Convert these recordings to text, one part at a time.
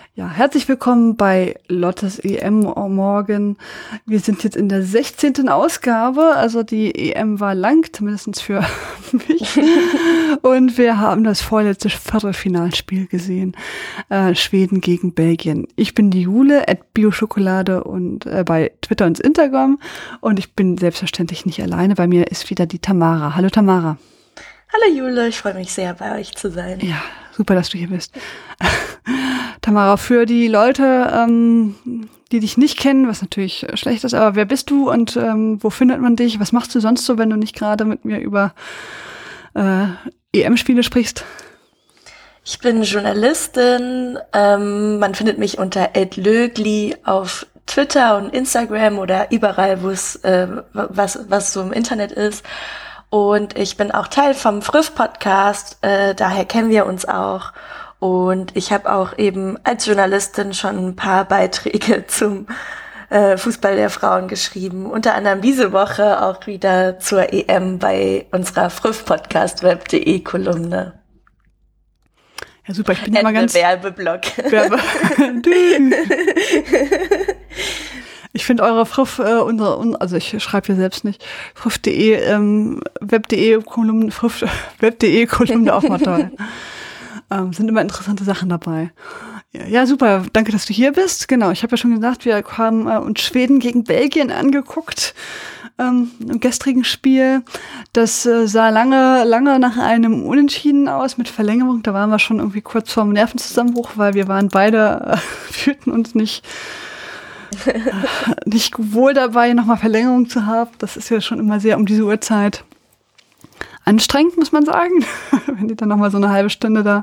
Ja, herzlich willkommen bei Lottes EM morgen. Wir sind jetzt in der 16. Ausgabe, also die EM war lang, zumindest für mich. Und wir haben das vorletzte Viertelfinalspiel gesehen, Schweden gegen Belgien. Ich bin die Jule, @bioschokolade und bei Twitter und Instagram. Und ich bin selbstverständlich nicht alleine, bei mir ist wieder die Tamara. Hallo Tamara. Hallo Jule, ich freue mich sehr, bei euch zu sein. Ja, super, dass du hier bist. Tamara, für die Leute, die dich nicht kennen, was natürlich schlecht ist, aber wer bist du und wo findet man dich? Was machst du sonst so, wenn du nicht gerade mit mir über EM-Spiele sprichst? Ich bin Journalistin. Man findet mich unter @lögli auf Twitter und Instagram oder überall, wo es was so im Internet ist. Und ich bin auch Teil vom Früff-Podcast, daher kennen wir uns auch. Und ich habe auch eben als Journalistin schon ein paar Beiträge zum Fußball der Frauen geschrieben. Unter anderem diese Woche auch wieder zur EM bei unserer Früff-Podcast web.de-Kolumne. Ja, super, ich bin immer ganz... Werbeblock. Ich finde eure Früff, also ich schreibe hier selbst nicht, früff.de, web.de-Kolumne, web.de-Kolumne auch mal toll. Sind immer interessante Sachen dabei. Ja, super. Danke, dass du hier bist. Genau, ich habe ja schon gesagt, wir haben uns Schweden gegen Belgien angeguckt im gestrigen Spiel. Das sah lange nach einem Unentschieden aus mit Verlängerung. Da waren wir schon irgendwie kurz vorm Nervenzusammenbruch, weil wir waren beide, fühlten uns nicht wohl dabei, nochmal Verlängerung zu haben. Das ist ja schon immer sehr um diese Uhrzeit anstrengend, muss man sagen, wenn die dann nochmal so eine halbe Stunde da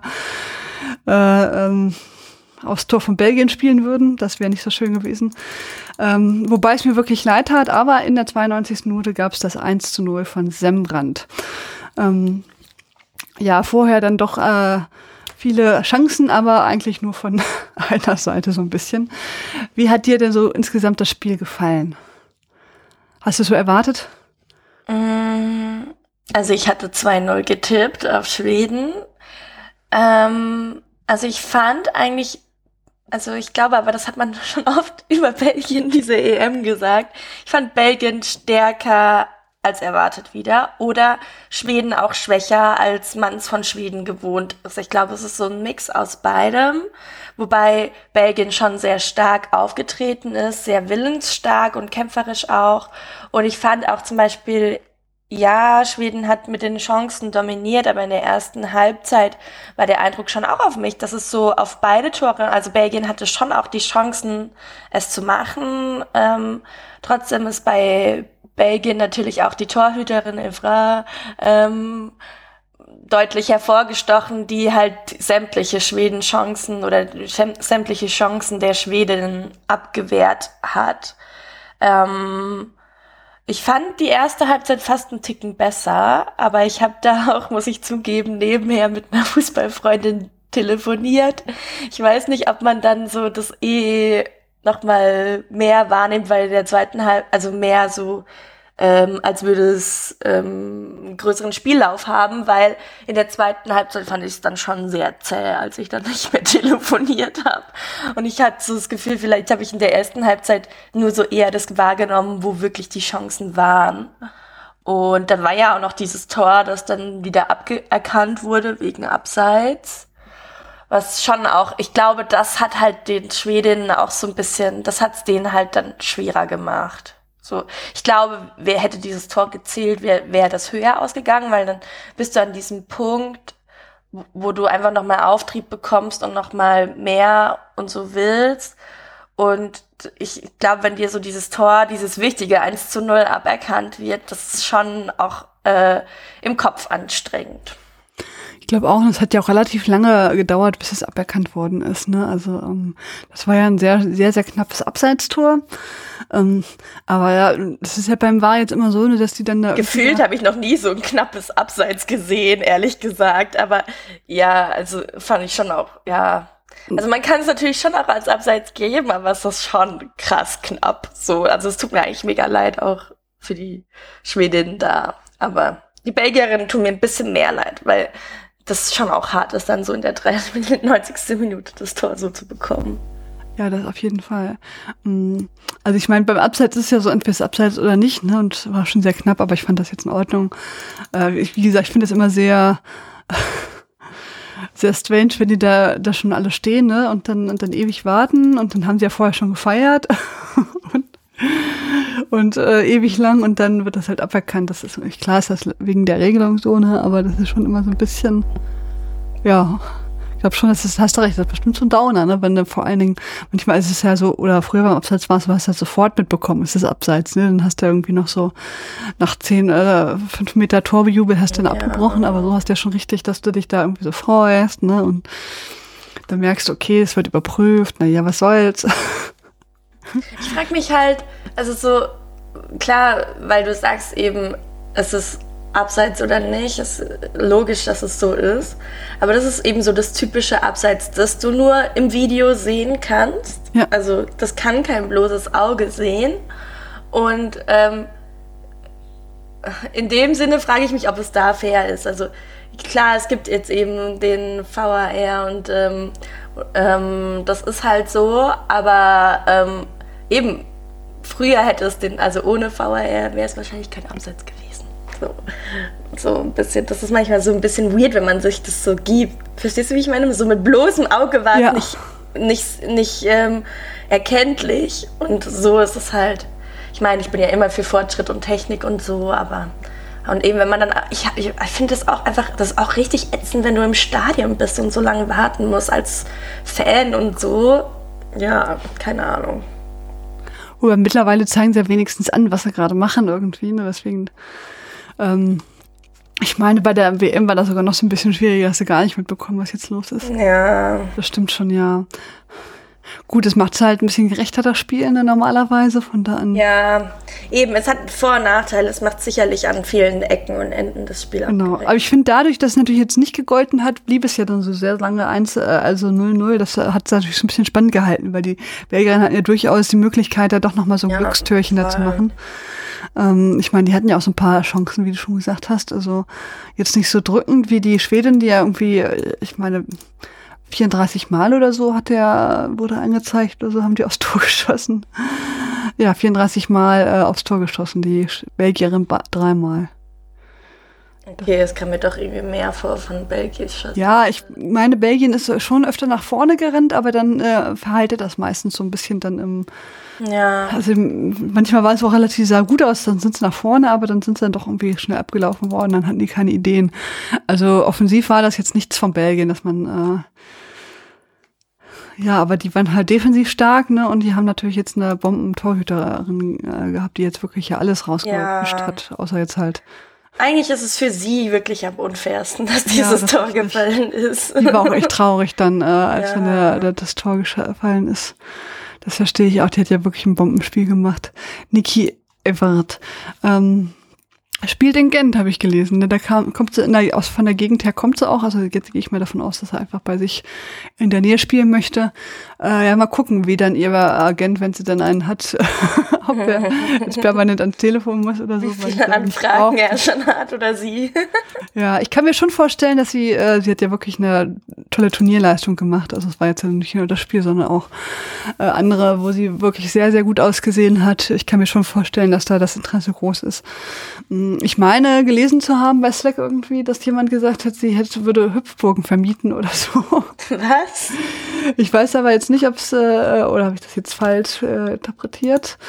aufs Tor von Belgien spielen würden. Das wäre nicht so schön gewesen. Wobei es mir wirklich leid tat, aber in der 92. Minute gab es das 1:0 von Sembrand. Ja, vorher dann doch viele Chancen, aber eigentlich nur von einer Seite so ein bisschen. Wie hat dir denn so insgesamt das Spiel gefallen? Hast du es so erwartet? Also ich hatte 2:0 getippt auf Schweden. Also ich fand eigentlich, also ich glaube, aber das hat man schon oft über Belgien, diese EM gesagt. Ich fand Belgien stärker als erwartet wieder oder Schweden auch schwächer, als man es von Schweden gewohnt ist. Ich glaube, es ist so ein Mix aus beidem, wobei Belgien schon sehr stark aufgetreten ist, sehr willensstark und kämpferisch auch. Und ich fand auch zum Beispiel, ja, Schweden hat mit den Chancen dominiert, aber in der ersten Halbzeit war der Eindruck schon auch auf mich, dass es so auf beide Tore, also Belgien hatte schon auch die Chancen, es zu machen. Trotzdem ist bei Belgien natürlich auch die Torhüterin Evra deutlich hervorgestochen, die halt sämtliche Schweden-Chancen oder sämtliche Chancen der Schwedinnen abgewehrt hat. Ich fand die erste Halbzeit fast einen Ticken besser, aber ich habe da auch, muss ich zugeben, nebenher mit einer Fußballfreundin telefoniert. Ich weiß nicht, ob man dann so das noch mal mehr wahrnimmt, weil in der zweiten also mehr so, als würde es einen größeren Spiellauf haben, weil in der zweiten Halbzeit fand ich es dann schon sehr zäh, als ich dann nicht mehr telefoniert habe. Und ich hatte so das Gefühl, vielleicht habe ich in der ersten Halbzeit nur so eher das wahrgenommen, wo wirklich die Chancen waren. Und dann war ja auch noch dieses Tor, das dann wieder aberkannt wurde wegen Abseits. Was schon auch, ich glaube, das hat halt den Schwedinnen auch so ein bisschen, das hat's denen halt dann schwerer gemacht. So, ich glaube, wer hätte dieses Tor gezählt, wäre das höher ausgegangen, weil dann bist du an diesem Punkt, wo du einfach nochmal Auftrieb bekommst und nochmal mehr und so willst. Und ich glaube, wenn dir so dieses Tor, dieses wichtige 1:0 aberkannt wird, das ist schon auch im Kopf anstrengend. Ich glaube auch, das hat ja auch relativ lange gedauert, bis es aberkannt worden ist. Ne? Also das war ja ein sehr, sehr, sehr knappes Abseitstor. Aber ja, das ist ja beim VAR jetzt immer so, dass die dann da... Gefühlt habe ich noch nie so ein knappes Abseits gesehen, ehrlich gesagt. Aber ja, also fand ich schon auch, ja... Also man kann es natürlich schon auch als Abseits geben, aber es ist schon krass knapp. So, also es tut mir eigentlich mega leid, auch für die Schwedinnen da. Aber die Belgierinnen tun mir ein bisschen mehr leid, weil das schon auch hart ist, dann so in der 93. Minute das Tor so zu bekommen. Ja, das auf jeden Fall. Also ich meine, beim Abseits ist es ja so, entweder ist Abseits oder nicht, ne? Und war schon sehr knapp, aber ich fand das jetzt in Ordnung. Wie gesagt, ich finde das immer sehr, sehr strange, wenn die da schon alle stehen, ne? Und dann ewig warten und dann haben sie ja vorher schon gefeiert und ewig lang und dann wird das halt aberkannt. Das ist klar, ist das wegen der Regelung so, ne? Aber das ist schon immer so ein bisschen, ja. Ich glaube schon, hast du recht, das ist bestimmt so ein Downer, ne? Wenn du vor allen Dingen, manchmal ist es ja so, oder früher beim Abseits war es, du hast halt sofort mitbekommen, es ist Abseits, ne? Dann hast du irgendwie noch so nach 5 Meter Torbejubel hast du dann abgebrochen, aber so hast du ja schon richtig, dass du dich da irgendwie so freust, ne? Und dann merkst du, okay, es wird überprüft, naja, was soll's? Ich frage mich halt, also so, klar, weil du sagst eben, es ist Abseits oder nicht, ist logisch, dass es so ist. Aber das ist eben so das typische Abseits, das du nur im Video sehen kannst. Ja. Also das kann kein bloßes Auge sehen. Und in dem Sinne frage ich mich, ob es da fair ist. Also klar, es gibt jetzt eben den VAR und das ist halt so, aber eben früher hätte es also ohne VAR wäre es wahrscheinlich kein Abseits gewesen. So ein bisschen, das ist manchmal so ein bisschen weird, wenn man sich das so gibt. Verstehst du, wie ich meine? So mit bloßem Auge war es nicht erkenntlich. Und so ist es halt. Ich meine, ich bin ja immer für Fortschritt und Technik und so, aber und eben, wenn man dann, ich finde das auch einfach, das ist auch richtig ätzend, wenn du im Stadion bist und so lange warten musst als Fan und so. Ja, keine Ahnung. Aber mittlerweile zeigen sie ja wenigstens an, was sie gerade machen irgendwie, ne? Deswegen ich meine, bei der WM war das sogar noch so ein bisschen schwieriger, dass du gar nicht mitbekommen, was jetzt los ist. Ja. Das stimmt schon, ja. Gut, es macht es halt ein bisschen gerechter, das Spiel, ne, normalerweise, von da an. Ja, eben, es hat Vor- und Nachteile. Es macht sicherlich an vielen Ecken und Enden das Spiel genau. Aber ich finde, dadurch, dass es natürlich jetzt nicht gegolten hat, blieb es ja dann so sehr lange 0-0. Das hat es natürlich so ein bisschen spannend gehalten, weil die Belgier hatten ja durchaus die Möglichkeit, da doch nochmal so ein Glückstürchen da zu machen. Ich meine, die hatten ja auch so ein paar Chancen, wie du schon gesagt hast. Also jetzt nicht so drückend wie die Schweden, die ja irgendwie, ich meine, 34 Mal oder so wurde angezeigt oder so, haben die aufs Tor geschossen. Ja, 34 Mal aufs Tor geschossen, die Belgierin 3 Mal. Okay, es kam mir doch irgendwie mehr vor von Belgien. Ja, ich meine, Belgien ist schon öfter nach vorne gerannt, aber dann verhaltet das meistens so ein bisschen dann im. Ja. Also manchmal war es auch relativ, sah gut aus, dann sind sie nach vorne, aber dann sind sie dann doch irgendwie schnell abgelaufen worden, dann hatten die keine Ideen. Also offensiv war das jetzt nichts von Belgien, dass man ja, aber die waren halt defensiv stark, ne, und die haben natürlich jetzt eine Bomben-Torhüterin gehabt, die jetzt wirklich ja alles rausgefischt hat, außer jetzt halt. Eigentlich ist es für sie wirklich am unfairsten, dass dieses Tor gefallen ist. Die war auch echt traurig dann, als dann das Tor gefallen ist. Das verstehe ich auch. Die hat ja wirklich ein Bombenspiel gemacht. Niki Everett. Spielt in Gent, habe ich gelesen. Da kommt sie von der Gegend her kommt sie auch. Also jetzt gehe ich mal davon aus, dass er einfach bei sich in der Nähe spielen möchte. Ja, mal gucken, wie dann ihr Agent, wenn sie dann einen hat, ob er jetzt permanent ans Telefon muss oder so. Wie viele Anfragen er schon hat oder sie. Ja, ich kann mir schon vorstellen, dass sie hat ja wirklich eine tolle Turnierleistung gemacht. Also es war jetzt ja nicht nur das Spiel, sondern auch andere, wo sie wirklich sehr, sehr gut ausgesehen hat. Ich kann mir schon vorstellen, dass da das Interesse groß ist. Ich meine, gelesen zu haben bei Slack irgendwie, dass jemand gesagt hat, sie würde Hüpfburgen vermieten oder so. Was? Ich weiß aber jetzt nicht, ob es, oder habe ich das jetzt falsch interpretiert?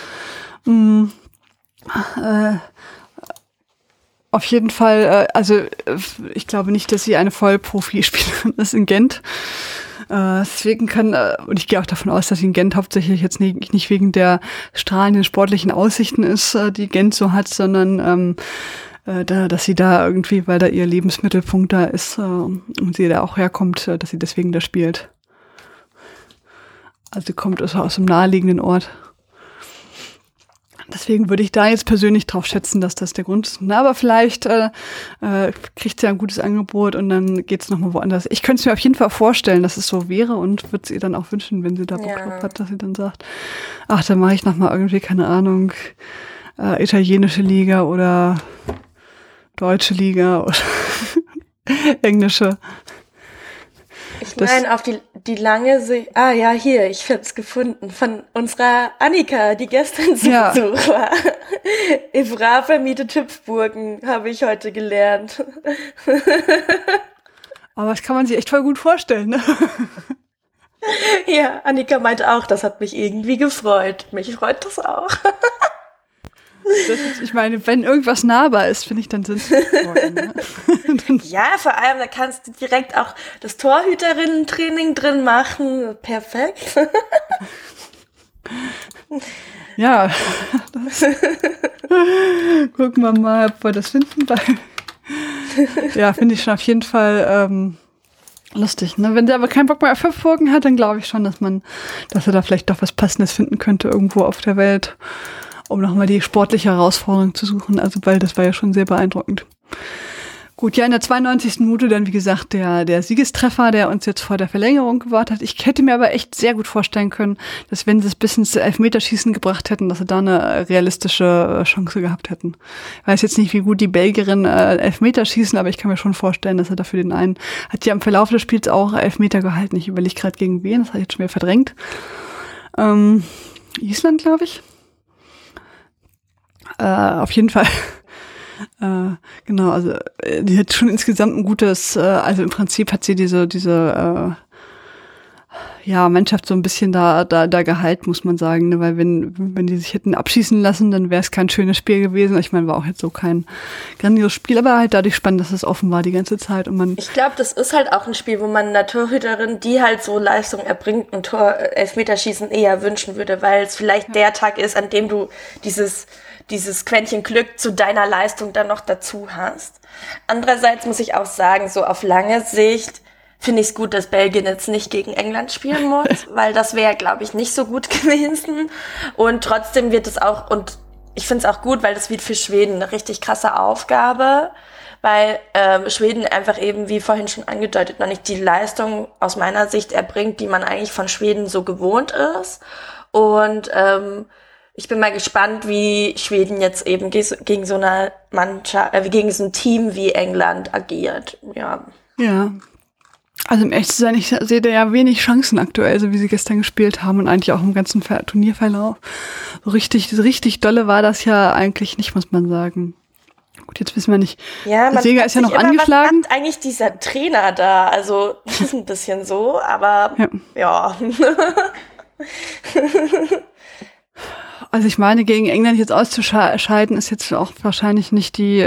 Auf jeden Fall, also ich glaube nicht, dass sie eine Vollprofi-Spielerin ist in Gent. Deswegen und ich gehe auch davon aus, dass sie in Gent hauptsächlich jetzt nicht wegen der strahlenden sportlichen Aussichten ist, die Gent so hat, sondern dass sie da irgendwie, weil da ihr Lebensmittelpunkt da ist und sie da auch herkommt, dass sie deswegen da spielt. Also sie kommt aus einem naheliegenden Ort. Deswegen würde ich da jetzt persönlich drauf schätzen, dass das der Grund ist. Na, aber vielleicht kriegt sie ein gutes Angebot und dann geht's nochmal woanders. Ich könnte es mir auf jeden Fall vorstellen, dass es so wäre und würde es ihr dann auch wünschen, wenn sie da Bock drauf hat, dass sie dann sagt, ach, dann mache ich nochmal irgendwie, keine Ahnung, italienische Liga oder deutsche Liga oder englische. Ich meine, auf die lange Sicht. Ah ja, hier, ich hab's gefunden. Von unserer Annika, die gestern zu Besuch war. Evra vermietet Hüpfburgen, habe ich heute gelernt. Aber das kann man sich echt voll gut vorstellen, ne? Ja, Annika meinte auch, das hat mich irgendwie gefreut. Mich freut das auch. Ich meine, wenn irgendwas nahbar ist, finde ich, dann sind es Freunde. Ne? Ja, vor allem, da kannst du direkt auch das Torhüterinnen-Training drin machen. Perfekt. Ja, gucken wir mal, ob wir das finden. Ja, finde ich schon auf jeden Fall lustig. Ne? Wenn der aber keinen Bock mehr auf Hüpfburgen hat, dann glaube ich schon, dass er da vielleicht doch was Passendes finden könnte irgendwo auf der Welt, um nochmal die sportliche Herausforderung zu suchen. Also, weil das war ja schon sehr beeindruckend. Gut, ja, in der 92. Minute dann, wie gesagt, der Siegestreffer, der uns jetzt vor der Verlängerung gewartet hat. Ich hätte mir aber echt sehr gut vorstellen können, dass wenn sie es bis ins Elfmeterschießen gebracht hätten, dass sie da eine realistische Chance gehabt hätten. Ich weiß jetzt nicht, wie gut die Belgierin Elfmeterschießen, aber ich kann mir schon vorstellen, dass er dafür den einen, hat ja im Verlauf des Spiels auch Elfmeter gehalten. Ich überlege gerade gegen wen, das habe ich jetzt schon wieder verdrängt. Island, glaube ich. Auf jeden Fall. Genau, also die hat schon insgesamt ein gutes, also im Prinzip hat sie diese Mannschaft so ein bisschen da gehalten, muss man sagen, ne? Weil wenn die sich hätten abschießen lassen, dann wäre es kein schönes Spiel gewesen. Ich meine, war auch jetzt so kein grandioses Spiel, aber halt dadurch spannend, dass es offen war die ganze Zeit. Und ich glaube, das ist halt auch ein Spiel, wo man einer Torhüterin, die halt so Leistung erbringt, ein Elfmeterschießen eher wünschen würde, weil es vielleicht der Tag ist, an dem du dieses Quäntchen Glück zu deiner Leistung dann noch dazu hast. Andererseits muss ich auch sagen, so auf lange Sicht finde ich es gut, dass Belgien jetzt nicht gegen England spielen muss, weil das wäre, glaube ich, nicht so gut gewesen. Und trotzdem wird es auch, und ich finde es auch gut, weil das wird für Schweden eine richtig krasse Aufgabe, weil Schweden einfach eben, wie vorhin schon angedeutet, noch nicht die Leistung aus meiner Sicht erbringt, die man eigentlich von Schweden so gewohnt ist. Und ich bin mal gespannt, wie Schweden jetzt eben gegen so eine Mannschaft, gegen so ein Team wie England agiert. Ja. Ja. Also um ehrlich zu sein, ich sehe da ja wenig Chancen aktuell, so wie sie gestern gespielt haben und eigentlich auch im ganzen Turnierverlauf. So richtig dolle war das ja eigentlich nicht, muss man sagen. Gut, jetzt wissen wir nicht. Ja, man Sega ist ja noch immer, angeschlagen. Was macht eigentlich dieser Trainer da? Also, das ist ein bisschen so, aber ja. Also ich meine, gegen England jetzt auszuscheiden, ist jetzt auch wahrscheinlich nicht die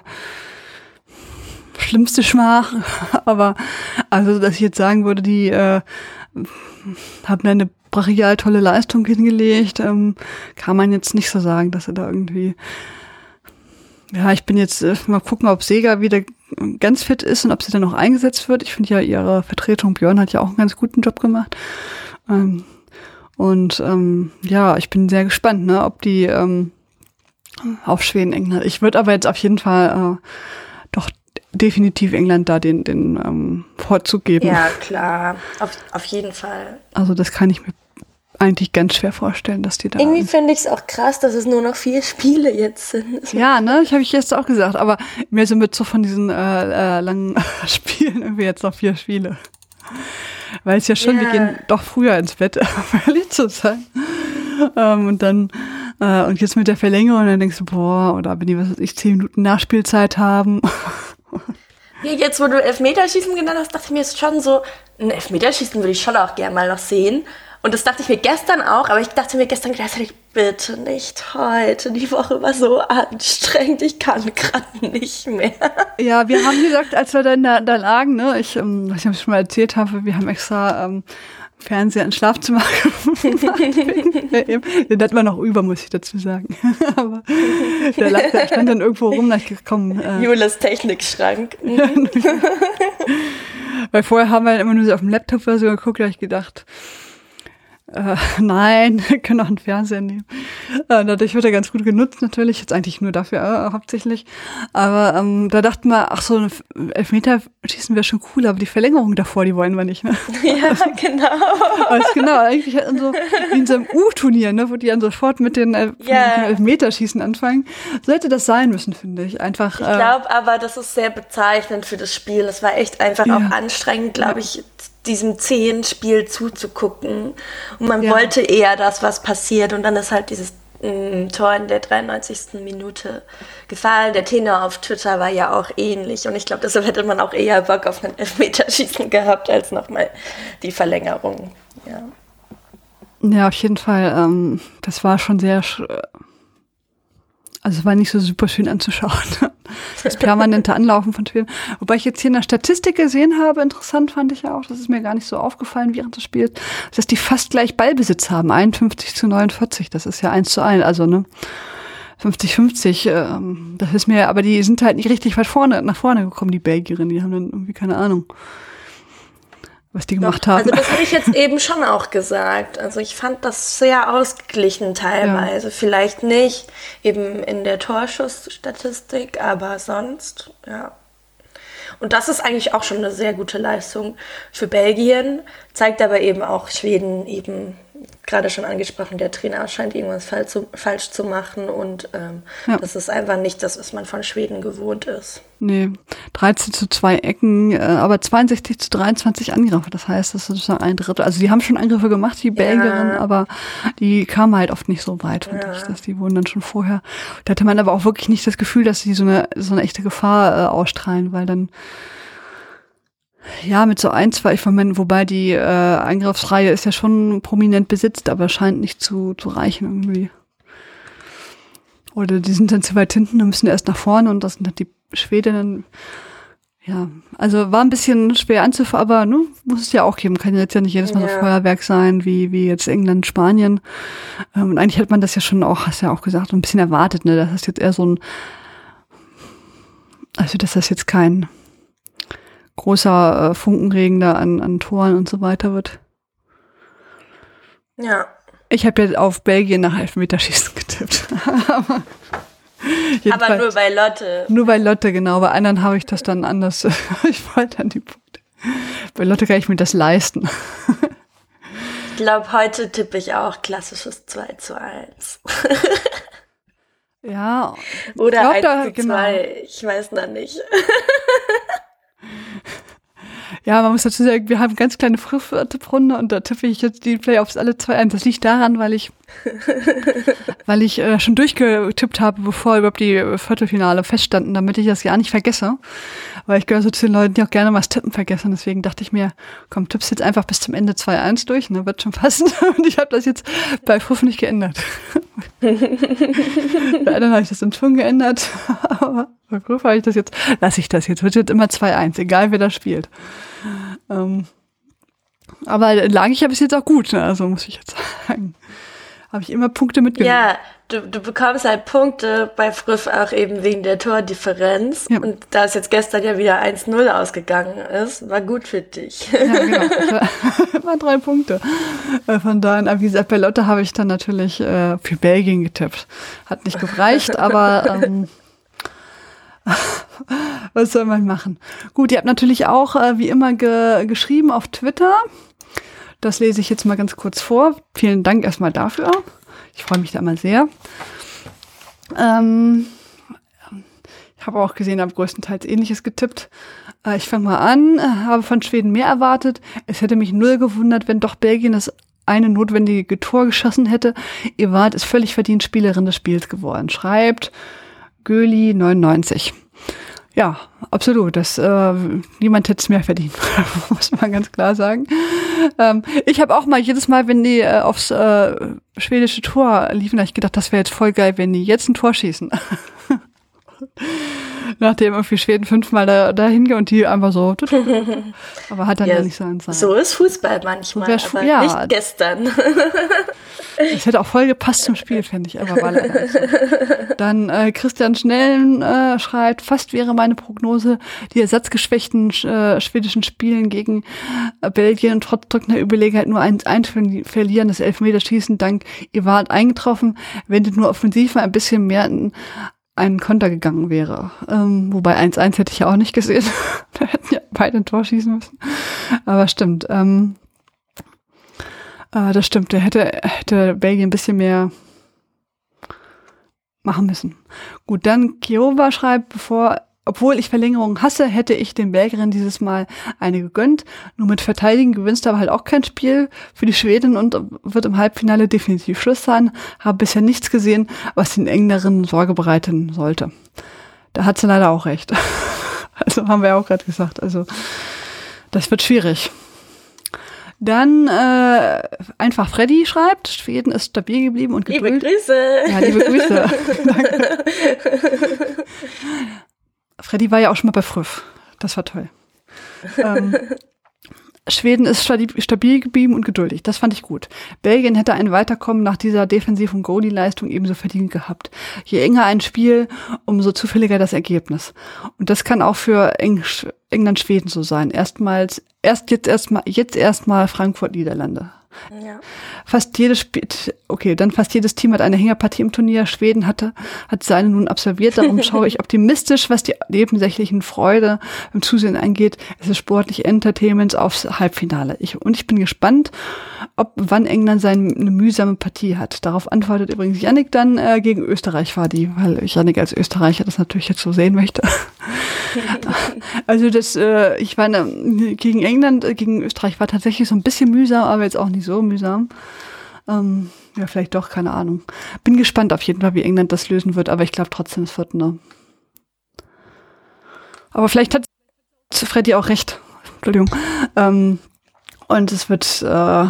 schlimmste Schmach. Aber also, dass ich jetzt sagen würde, die haben eine brachial tolle Leistung hingelegt, kann man jetzt nicht so sagen, dass er da irgendwie... Ja, ich bin jetzt mal gucken, ob Sega wieder ganz fit ist und ob sie dann noch eingesetzt wird. Ich finde ja, ihre Vertretung Björn hat ja auch einen ganz guten Job gemacht. Ich bin sehr gespannt, ne, ob die auf Schweden, England. Ich würde aber jetzt auf jeden Fall doch definitiv England da den Vorzug geben. Ja, klar, auf jeden Fall. Also das kann ich mir eigentlich ganz schwer vorstellen, dass die da... Irgendwie finde ich es auch krass, dass es nur noch 4 Spiele jetzt sind. Ja, ne, habe ich jetzt auch gesagt, aber mir so mit so von diesen langen Spielen irgendwie jetzt noch 4 Spiele. Weil es ja schon, wir gehen doch früher ins Bett, um ehrlich zu sein. Und jetzt mit der Verlängerung, dann denkst du, oder wenn die, 10 Minuten Nachspielzeit haben. Ja, jetzt, wo du Elfmeterschießen genannt hast, dachte ich mir jetzt schon so, ein Elfmeterschießen würde ich schon auch gerne mal noch sehen. Und das dachte ich mir gestern auch, aber ich dachte mir gestern gleichzeitig, bitte nicht heute. Die Woche war so anstrengend, ich kann gerade nicht mehr. Ja, wir haben gesagt, als wir dann da lagen, ne, was ich schon mal erzählt habe, wir haben extra Fernseher ins Schlafzimmer gemacht. Den hatten wir noch über, muss ich dazu sagen. Aber der stand dann irgendwo rum, da ich gekommen. Jules Technikschrank. Weil vorher haben wir immer nur so auf dem Laptop oder so geguckt, da habe ich gedacht, Nein, wir können auch einen Fernseher nehmen. Dadurch wird er ganz gut genutzt natürlich, jetzt eigentlich nur dafür hauptsächlich. Aber da dachten wir, ach so, ein Elfmeterschießen wäre schon cool, aber die Verlängerung davor, die wollen wir nicht. Ne? Ja, genau. Also genau, eigentlich so wie in so einem U-Turnier, ne, wo die dann sofort mit den Elfmeterschießen anfangen. So hätte das sein müssen, finde ich. Einfach. Ich glaube aber, das ist sehr bezeichnend für das Spiel. Es war echt einfach auch anstrengend, glaube ich, diesem zähen Spiel zuzugucken. Und man wollte eher das, was passiert. Und dann ist halt dieses Tor in der 93. Minute gefallen. Der Tenor auf Twitter war ja auch ähnlich. Und ich glaube, deshalb hätte man auch eher Bock auf ein Elfmeterschießen gehabt, als nochmal die Verlängerung. Ja, auf jeden Fall. Das war schon sehr... Also es war nicht so super schön anzuschauen. Das permanente Anlaufen von Spielen. Wobei ich jetzt hier in der Statistik gesehen habe, interessant fand ich ja auch, das ist mir gar nicht so aufgefallen während des Spiels, dass die fast gleich Ballbesitz haben, 51-49, das ist ja 1:1, also ne, 50-50. Das ist mir, aber die sind halt nicht richtig weit nach vorne gekommen, die Belgierinnen, die haben dann irgendwie keine Ahnung, was die gemacht haben. Also das habe ich jetzt eben schon auch gesagt. Also ich fand das sehr ausgeglichen teilweise. Ja. Vielleicht nicht eben in der Torschussstatistik, aber sonst, ja. Und das ist eigentlich auch schon eine sehr gute Leistung für Belgien. Zeigt aber eben auch Schweden eben, gerade schon angesprochen, der Trainer scheint irgendwas falsch zu machen und das ist einfach nicht das, was man von Schweden gewohnt ist. Nee, 13:2 Ecken, aber 62:23 Angriffe, das heißt, das ist sozusagen ein Drittel. Also die haben schon Angriffe gemacht, die Belgierinnen, aber die kamen halt oft nicht so weit, finde ich, dass die wurden dann schon vorher. Da hatte man aber auch wirklich nicht das Gefühl, dass sie so eine echte Gefahr ausstrahlen, weil dann ja, mit so 1-2, ich meine, wobei die Angriffsreihe ist ja schon prominent besetzt, aber scheint nicht zu reichen irgendwie. Oder die sind dann zu weit hinten und müssen erst nach vorne und das sind dann die Schwedinnen. Ja, also war ein bisschen schwer anzufangen, aber ne, muss es ja auch geben. Kann jetzt ja nicht jedes Mal so Feuerwerk sein wie jetzt England, Spanien. Und eigentlich hat man das ja schon auch, hast ja auch gesagt, ein bisschen erwartet, ne, dass das jetzt eher so dass das jetzt kein großer Funkenregen da an Toren und so weiter wird. Ja. Ich habe ja auf Belgien nach Elfmeterschießen getippt. Aber nur bei Lotte. Nur bei Lotte, genau. Bei anderen habe ich das dann anders. Ich wollte dann die Punkte. Bei Lotte kann ich mir das leisten. Ich glaube, heute tippe ich auch klassisches 2:1. Ja. Oder 1:2. Genau. Ich weiß noch nicht. Ja, man muss dazu sagen, wir haben ganz kleine Tipprunde und da tippe ich jetzt die Playoffs alle 2:1. Das liegt daran, weil ich schon durchgetippt habe, bevor überhaupt die Viertelfinale feststanden, damit ich das ja nicht vergesse. Weil ich gehöre so zu den Leuten, die auch gerne mal das Tippen vergessen. Deswegen dachte ich mir, komm, tippst jetzt einfach bis zum Ende 2:1 durch, ne, wird schon passen. Und ich habe das jetzt bei Fruf nicht geändert. Bei anderen habe ich das schon geändert, aber bei Fruf habe ich das jetzt, lasse ich das jetzt, wird jetzt immer 2:1, egal wer da spielt. Aber lag ich ja bis jetzt auch gut, ne? Also muss ich jetzt sagen. Habe ich immer Punkte mitgenommen. Ja, du bekommst halt Punkte bei Früff auch eben wegen der Tordifferenz. Ja. Und da es jetzt gestern ja wieder 1:0 ausgegangen ist, war gut für dich. Ja, genau. Immer 3 Punkte. Von daher, wie gesagt, bei Lotte habe ich dann natürlich für Belgien getippt. Hat nicht gereicht, aber was soll man machen? Gut, ihr habt natürlich auch wie immer geschrieben auf Twitter. Das lese ich jetzt mal ganz kurz vor. Vielen Dank erstmal dafür. Ich freue mich da immer sehr. Ich habe auch gesehen, habe größtenteils Ähnliches getippt. Ich fange mal an. Habe von Schweden mehr erwartet. Es hätte mich null gewundert, wenn doch Belgien das eine notwendige Tor geschossen hätte. Ihr wart es völlig verdient Spielerin des Spiels geworden. Schreibt Göli 99. Ja, absolut. Niemand hätte es mehr verdient, muss man ganz klar sagen. Ich habe auch jedes Mal, wenn die aufs schwedische Tor liefen, habe ich gedacht, das wäre jetzt voll geil, wenn die jetzt ein Tor schießen. Nachdem irgendwie Schweden 5-mal da hingeht und die einfach so. Aber hat dann ja nicht so einen Zeit. So ist Fußball manchmal, aber nicht gestern. Es hätte auch voll gepasst zum Spiel, fände ich, aber war leider nicht so. Dann Christian Schnellen schreibt, fast wäre meine Prognose, die ersatzgeschwächten schwedischen Spielen gegen Belgien trotz drückender Überlegenheit nur 1-1 verlieren, das Elfmeterschießen dank Iwart eingetroffen, wenn die nur offensiv mal ein bisschen mehr in einen Konter gegangen wäre. Wobei 1-1 hätte ich ja auch nicht gesehen. Da hätten ja beide ein Tor schießen müssen. Aber stimmt. Das stimmt, der hätte Belgien ein bisschen mehr machen müssen. Gut, dann Kiowa schreibt, obwohl ich Verlängerungen hasse, hätte ich den Belgierinnen dieses Mal eine gegönnt. Nur mit Verteidigen gewinnst du aber halt auch kein Spiel für die Schweden und wird im Halbfinale definitiv Schluss sein. Habe bisher nichts gesehen, was den Engländerinnen Sorge bereiten sollte. Da hat sie leider auch recht. Also haben wir ja auch gerade gesagt. Also das wird schwierig. Dann einfach Freddy schreibt, Schweden ist stabil geblieben und geduldig. Liebe Grüße. Ja, liebe Grüße. Danke. Freddy war ja auch schon mal bei Früff. Das war toll. Schweden ist stabil geblieben und geduldig. Das fand ich gut. Belgien hätte ein Weiterkommen nach dieser Defensiv- und Goalie-Leistung ebenso verdient gehabt. Je enger ein Spiel, umso zufälliger das Ergebnis. Und das kann auch für England-Schweden so sein. Jetzt erstmal Frankfurt-Niederlande. Ja. Fast jedes Team hat eine Hängerpartie im Turnier. Schweden hat seine nun absolviert. Darum schaue ich optimistisch, was die nebensächlichen Freude beim Zusehen angeht. Es ist sportlich Entertainment aufs Halbfinale. Ich bin gespannt, wann England eine mühsame Partie hat. Darauf antwortet übrigens Yannick dann gegen Österreich weil ich Yannick als Österreicher das natürlich jetzt so sehen möchte. Also ich meine, gegen England, gegen Österreich war tatsächlich so ein bisschen mühsam, aber jetzt auch nicht so mühsam. Ja, vielleicht doch, keine Ahnung. Bin gespannt auf jeden Fall, wie England das lösen wird, aber ich glaube trotzdem, es wird Aber vielleicht hat Freddy auch recht. Entschuldigung. Und es wird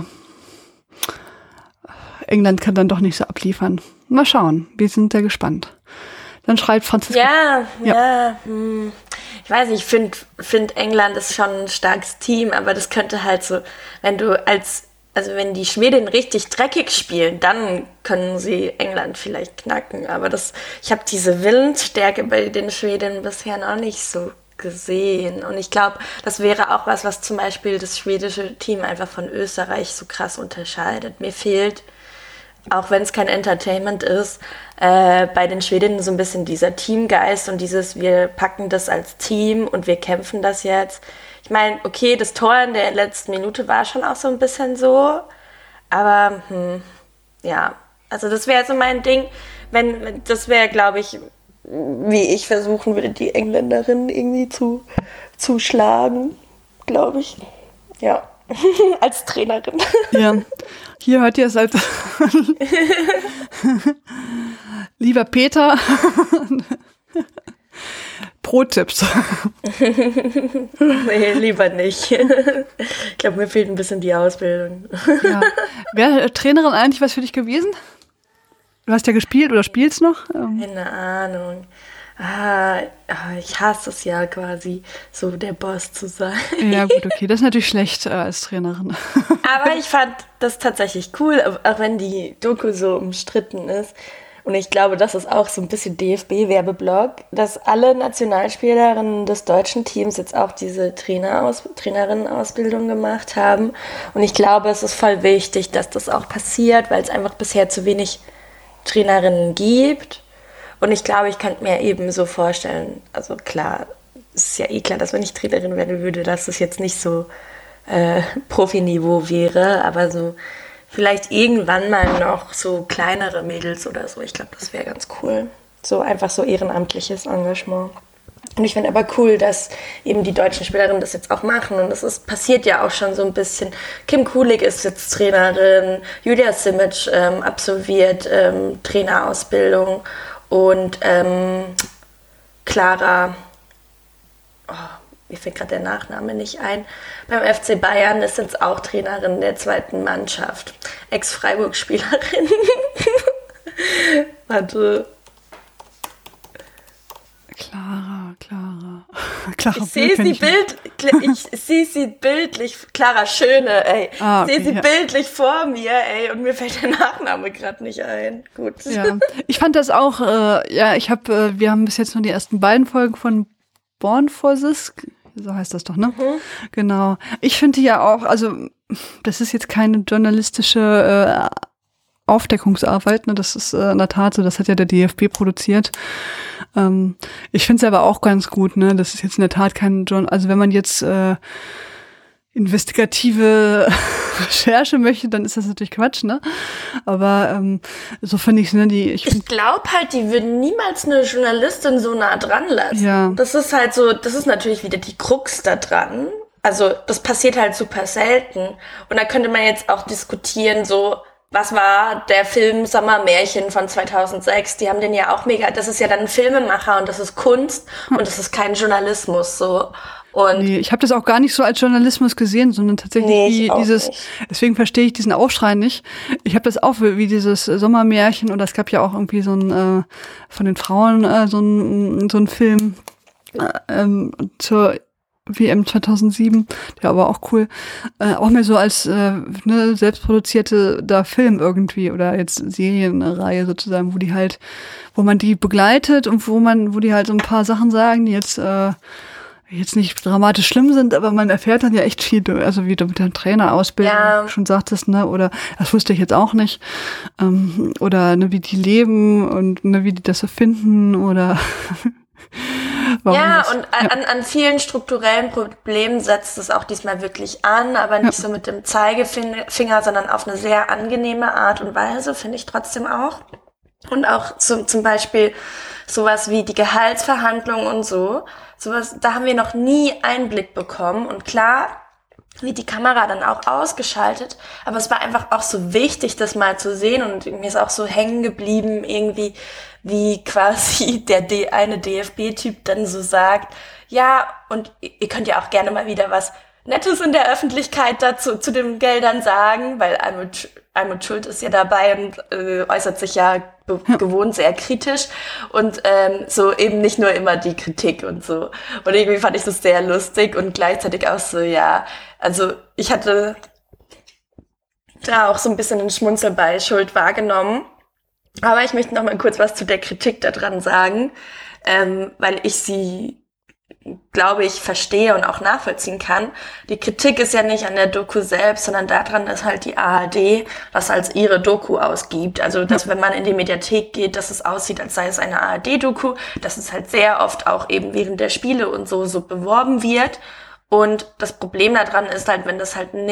England kann dann doch nicht so abliefern. Mal schauen. Wir sind sehr gespannt. Dann schreibt Franziska. Ja. Ich weiß nicht, ich finde England ist schon ein starkes Team, aber das könnte halt so, wenn die Schweden richtig dreckig spielen, dann können sie England vielleicht knacken. Aber ich habe diese Willensstärke bei den Schweden bisher noch nicht so gesehen. Und ich glaube, das wäre auch was zum Beispiel das schwedische Team einfach von Österreich so krass unterscheidet. Mir fehlt, auch wenn es kein Entertainment ist, bei den Schwedinnen so ein bisschen dieser Teamgeist und wir packen das als Team und wir kämpfen das jetzt. Ich meine, okay, das Tor in der letzten Minute war schon auch so ein bisschen so, aber ja, also das wäre so mein Ding, das wäre, glaube ich, wie ich versuchen würde, die Engländerinnen irgendwie zu schlagen, glaube ich, ja. Als Trainerin. Ja, hier hört ihr es als lieber Peter. Pro-Tipps. Nee, lieber nicht. Ich glaube, mir fehlt ein bisschen die Ausbildung. Ja. Wäre Trainerin eigentlich was für dich gewesen? Du hast ja gespielt oder spielst noch? Keine Ahnung. Ich hasse es ja quasi, so der Boss zu sein. Ja gut, okay, das ist natürlich schlecht als Trainerin. Aber ich fand das tatsächlich cool, auch wenn die Doku so umstritten ist. Und ich glaube, das ist auch so ein bisschen DFB-Werbeblock, dass alle Nationalspielerinnen des deutschen Teams jetzt auch diese Trainerinnen-Ausbildung gemacht haben. Und ich glaube, es ist voll wichtig, dass das auch passiert, weil es einfach bisher zu wenig Trainerinnen gibt. Und ich glaube, ich kann mir eben so vorstellen, also klar, es ist ja klar, dass wenn ich Trainerin werden würde, dass das jetzt nicht so Profiniveau wäre, aber so vielleicht irgendwann mal noch so kleinere Mädels oder so. Ich glaube, das wäre ganz cool. So einfach so ehrenamtliches Engagement. Und ich finde aber cool, dass eben die deutschen Spielerinnen das jetzt auch machen. Und passiert ja auch schon so ein bisschen. Kim Kulik ist jetzt Trainerin, Julia Simic absolviert Trainerausbildung. Und Clara, mir fällt gerade der Nachname nicht ein, beim FC Bayern ist jetzt auch Trainerin der zweiten Mannschaft. Ex-Freiburg-Spielerin. Warte. Clara. Clara Ich sehe sie bildlich, Clara Schöne, ey. Ich sehe sie bildlich vor mir, ey, und mir fällt der Nachname gerade nicht ein. Gut. Ja, ich fand das auch, wir haben bis jetzt nur die ersten beiden Folgen von Born for This, so heißt das doch, ne? Genau. Ich finde ja auch, also das ist jetzt keine journalistische Aufdeckungsarbeit, ne? Das ist in der Tat so, das hat ja der DFB produziert. Ich finde es aber auch ganz gut, ne? Das ist jetzt in der Tat kein also wenn man jetzt investigative Recherche möchte, dann ist das natürlich Quatsch, ne? Aber so finde ich, ne, ich glaube halt, die würden niemals eine Journalistin so nah dran lassen. Ja. Das ist halt so, das ist natürlich wieder die Krux da dran. Also das passiert halt super selten. Und da könnte man jetzt auch diskutieren, so, was war der Film Sommermärchen von 2006? Die haben den ja auch mega, das ist ja dann ein Filmemacher und das ist Kunst und das ist kein Journalismus, so. Und nee, ich habe das auch gar nicht so als Journalismus gesehen, sondern tatsächlich deswegen verstehe ich diesen Aufschrei nicht. Ich habe das auch wie dieses Sommermärchen, oder es gab ja auch irgendwie so ein von den Frauen so ein Film zur WM 2007, der war auch cool, auch mehr so als selbstproduzierte Film irgendwie oder jetzt Serienreihe sozusagen, wo man die begleitet und wo die halt so ein paar Sachen sagen, die jetzt nicht dramatisch schlimm sind, aber man erfährt dann ja echt viel, also wie du mit der Trainerausbildung schon sagtest, ne, oder das wusste ich jetzt auch nicht, oder ne, wie die leben und ne, wie die das so finden oder an vielen strukturellen Problemen setzt es auch diesmal wirklich an, aber nicht so mit dem Zeigefinger, sondern auf eine sehr angenehme Art und Weise, finde ich trotzdem auch. Und auch zum Beispiel sowas wie die Gehaltsverhandlungen und sowas, da haben wir noch nie Einblick bekommen. Und klar wird die Kamera dann auch ausgeschaltet, aber es war einfach auch so wichtig, das mal zu sehen, und mir ist auch so hängen geblieben irgendwie, wie quasi der eine DFB-Typ dann so sagt, ja, und ihr könnt ja auch gerne mal wieder was Nettes in der Öffentlichkeit dazu zu den Geldern sagen, weil Almut Schuld ist ja dabei und äußert sich ja gewohnt sehr kritisch und so eben nicht nur immer die Kritik und so. Und irgendwie fand ich das sehr lustig und gleichzeitig auch so, ja, also ich hatte da auch so ein bisschen einen Schmunzel bei Schuld wahrgenommen. Aber ich möchte noch mal kurz was zu der Kritik da dran sagen, weil ich sie, glaube ich, verstehe und auch nachvollziehen kann. Die Kritik ist ja nicht an der Doku selbst, sondern daran, dass halt die ARD das als ihre Doku ausgibt. Also, dass wenn man in die Mediathek geht, dass es aussieht, als sei es eine ARD-Doku, dass es halt sehr oft auch eben während der Spiele und so beworben wird. Und das Problem daran ist halt, wenn das halt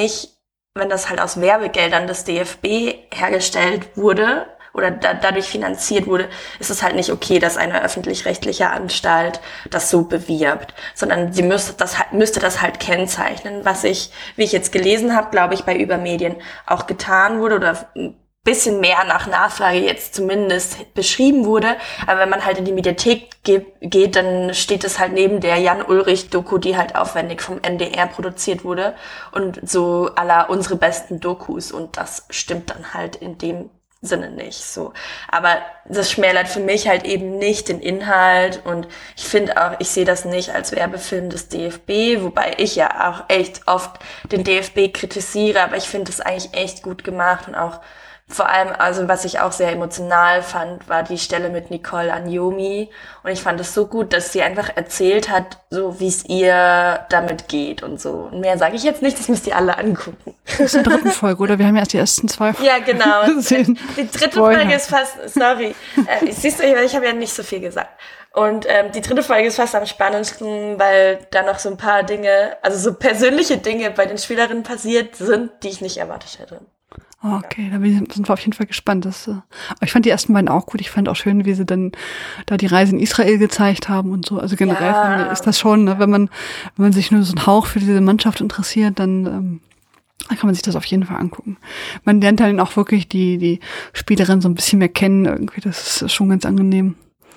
aus Werbegeldern des DFB hergestellt wurde, oder dadurch finanziert wurde, ist es halt nicht okay, dass eine öffentlich-rechtliche Anstalt das so bewirbt, sondern sie müsste das halt kennzeichnen, wie ich jetzt gelesen habe, glaube ich, bei Übermedien auch getan wurde oder ein bisschen mehr nach Nachfrage jetzt zumindest beschrieben wurde. Aber wenn man halt in die Mediathek geht, dann steht es halt neben der Jan-Ulrich-Doku, die halt aufwendig vom NDR produziert wurde und so à la unsere besten Dokus, und das stimmt dann halt in dem Sinne nicht so. Aber das schmälert für mich halt eben nicht den Inhalt, und ich finde auch, ich sehe das nicht als Werbefilm des DFB, wobei ich ja auch echt oft den DFB kritisiere, aber ich finde es eigentlich echt gut gemacht. Und auch vor allem, also was ich auch sehr emotional fand, war die Stelle mit Nicole Anjomi, und ich fand es so gut, dass sie einfach erzählt hat, so wie es ihr damit geht und so. Und mehr sage ich jetzt nicht, das müsst ihr alle angucken. Das ist die dritte Folge, oder? Wir haben ja erst die ersten 2 Folgen. Ja, genau. Die dritte Folge ist fast, sorry, siehst du, ich habe ja nicht so viel gesagt. Und die dritte Folge ist fast am spannendsten, weil da noch so ein paar Dinge, also so persönliche Dinge bei den Spielerinnen passiert sind, die ich nicht erwartet hätte. Okay, da sind wir auf jeden Fall gespannt. Aber ich fand die ersten beiden auch gut. Ich fand auch schön, wie sie dann da die Reise in Israel gezeigt haben und so. Also generell ist das schon, ne, wenn man sich nur so einen Hauch für diese Mannschaft interessiert, dann kann man sich das auf jeden Fall angucken. Man lernt dann auch wirklich die Spielerin so ein bisschen mehr kennen. Irgendwie, das ist schon ganz angenehm.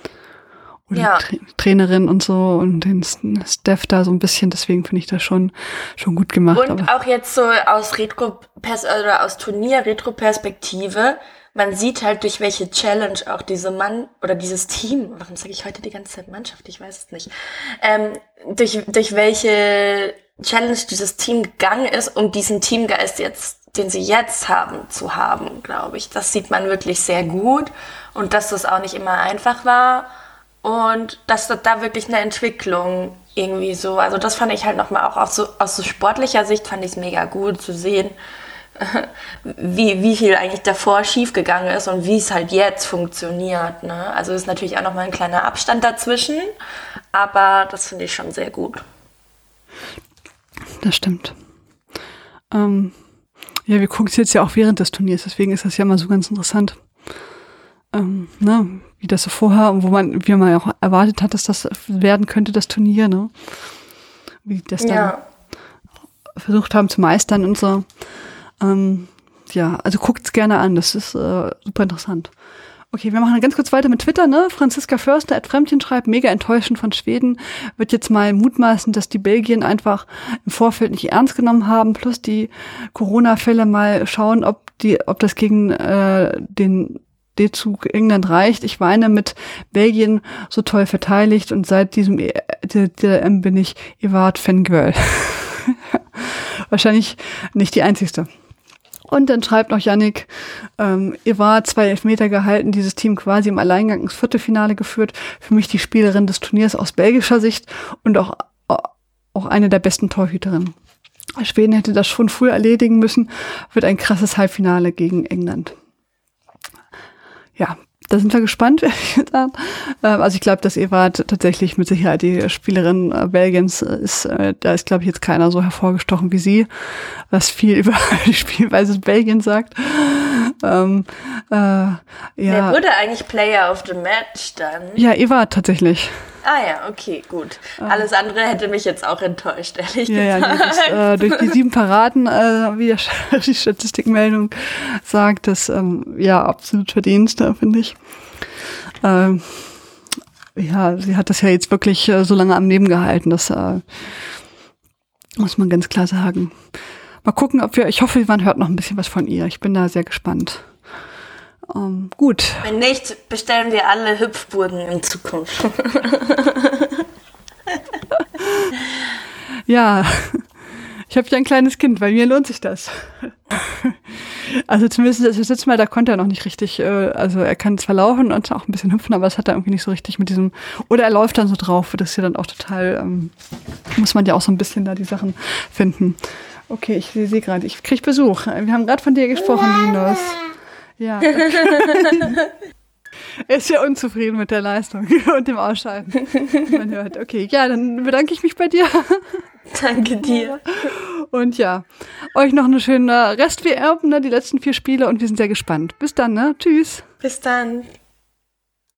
Oder Trainerin und so und den Staff da so ein bisschen, deswegen finde ich das schon gut gemacht. Und aber auch jetzt so aus Turnier-Retro-Perspektive man sieht halt, durch welche Challenge auch dieses Team, warum sage ich heute die ganze Zeit Mannschaft, ich weiß es nicht, durch welche Challenge dieses Team gegangen ist, um diesen Teamgeist den sie jetzt haben, glaube ich. Das sieht man wirklich sehr gut und dass das auch nicht immer einfach war und dass da wirklich eine Entwicklung irgendwie so, also das fand ich halt nochmal auch aus so sportlicher Sicht fand ich es mega gut zu sehen, wie viel eigentlich davor schiefgegangen ist und wie es halt jetzt funktioniert. Ne? Also ist natürlich auch nochmal ein kleiner Abstand dazwischen, aber das finde ich schon sehr gut. Das stimmt. Ja, wir gucken es jetzt ja auch während des Turniers, deswegen ist das ja immer so ganz interessant. Wie das so vorher und wie man ja auch erwartet hat, dass das werden könnte, das Turnier, ne? Wie die das dann versucht haben zu meistern und so. Also guckt's gerne an, das ist super interessant. Okay, wir machen ganz kurz weiter mit Twitter, ne? Franziska Förster @Fremdchen schreibt, mega enttäuschend von Schweden. Wird jetzt mal mutmaßen, dass die Belgien einfach im Vorfeld nicht ernst genommen haben, plus die Corona-Fälle mal schauen, ob das gegen den D-Zug England reicht. Ich weine mit Belgien so toll verteidigt und seit diesem DRM bin ich Evard Fangirl. Wahrscheinlich nicht die einzigste. Und dann schreibt noch Yannick, ihr war 2 Elfmeter gehalten, dieses Team quasi im Alleingang ins Viertelfinale geführt. Für mich die Spielerin des Turniers aus belgischer Sicht und auch eine der besten Torhüterinnen. Schweden hätte das schon früher erledigen müssen, wird ein krasses Halbfinale gegen England. Ja, da sind wir gespannt, ehrlich gesagt. Also ich glaube, dass Evard tatsächlich mit Sicherheit die Spielerin Belgiens ist. Da ist, glaube ich, jetzt keiner so hervorgestochen wie sie, was viel über die Spielweise Belgiens sagt. Wer wurde eigentlich Player of the Match dann? Ja, Evard tatsächlich. Ah ja, okay, gut. Alles andere hätte mich jetzt auch enttäuscht, ehrlich gesagt. Ja, durch die 7 Paraden, wie die Statistikmeldung sagt, das absolut verdient, finde ich. Sie hat das ja jetzt wirklich so lange am Leben gehalten, das muss man ganz klar sagen. Mal gucken, ich hoffe, man hört noch ein bisschen was von ihr. Ich bin da sehr gespannt. Gut. Wenn nicht, bestellen wir alle Hüpfburgen in Zukunft. Ja, ich habe ja ein kleines Kind, bei mir lohnt sich das. Also zumindest das letzte Mal, da konnte er noch nicht richtig, also er kann zwar laufen und auch ein bisschen hüpfen, aber das hat er irgendwie nicht so richtig mit diesem, oder er läuft dann so drauf, das ist ja dann auch total, muss man ja auch so ein bisschen da die Sachen finden. Okay, ich sehe gerade, ich kriege Besuch. Wir haben gerade von dir gesprochen, Linus. Ja. Er ist ja unzufrieden mit der Leistung und dem Ausscheiden. Man hört. Okay, ja, dann bedanke ich mich bei dir. Danke dir. Und ja, euch noch eine schöne Rest-WM, ne, die letzten 4 Spiele und wir sind sehr gespannt. Bis dann, ne? Tschüss. Bis dann.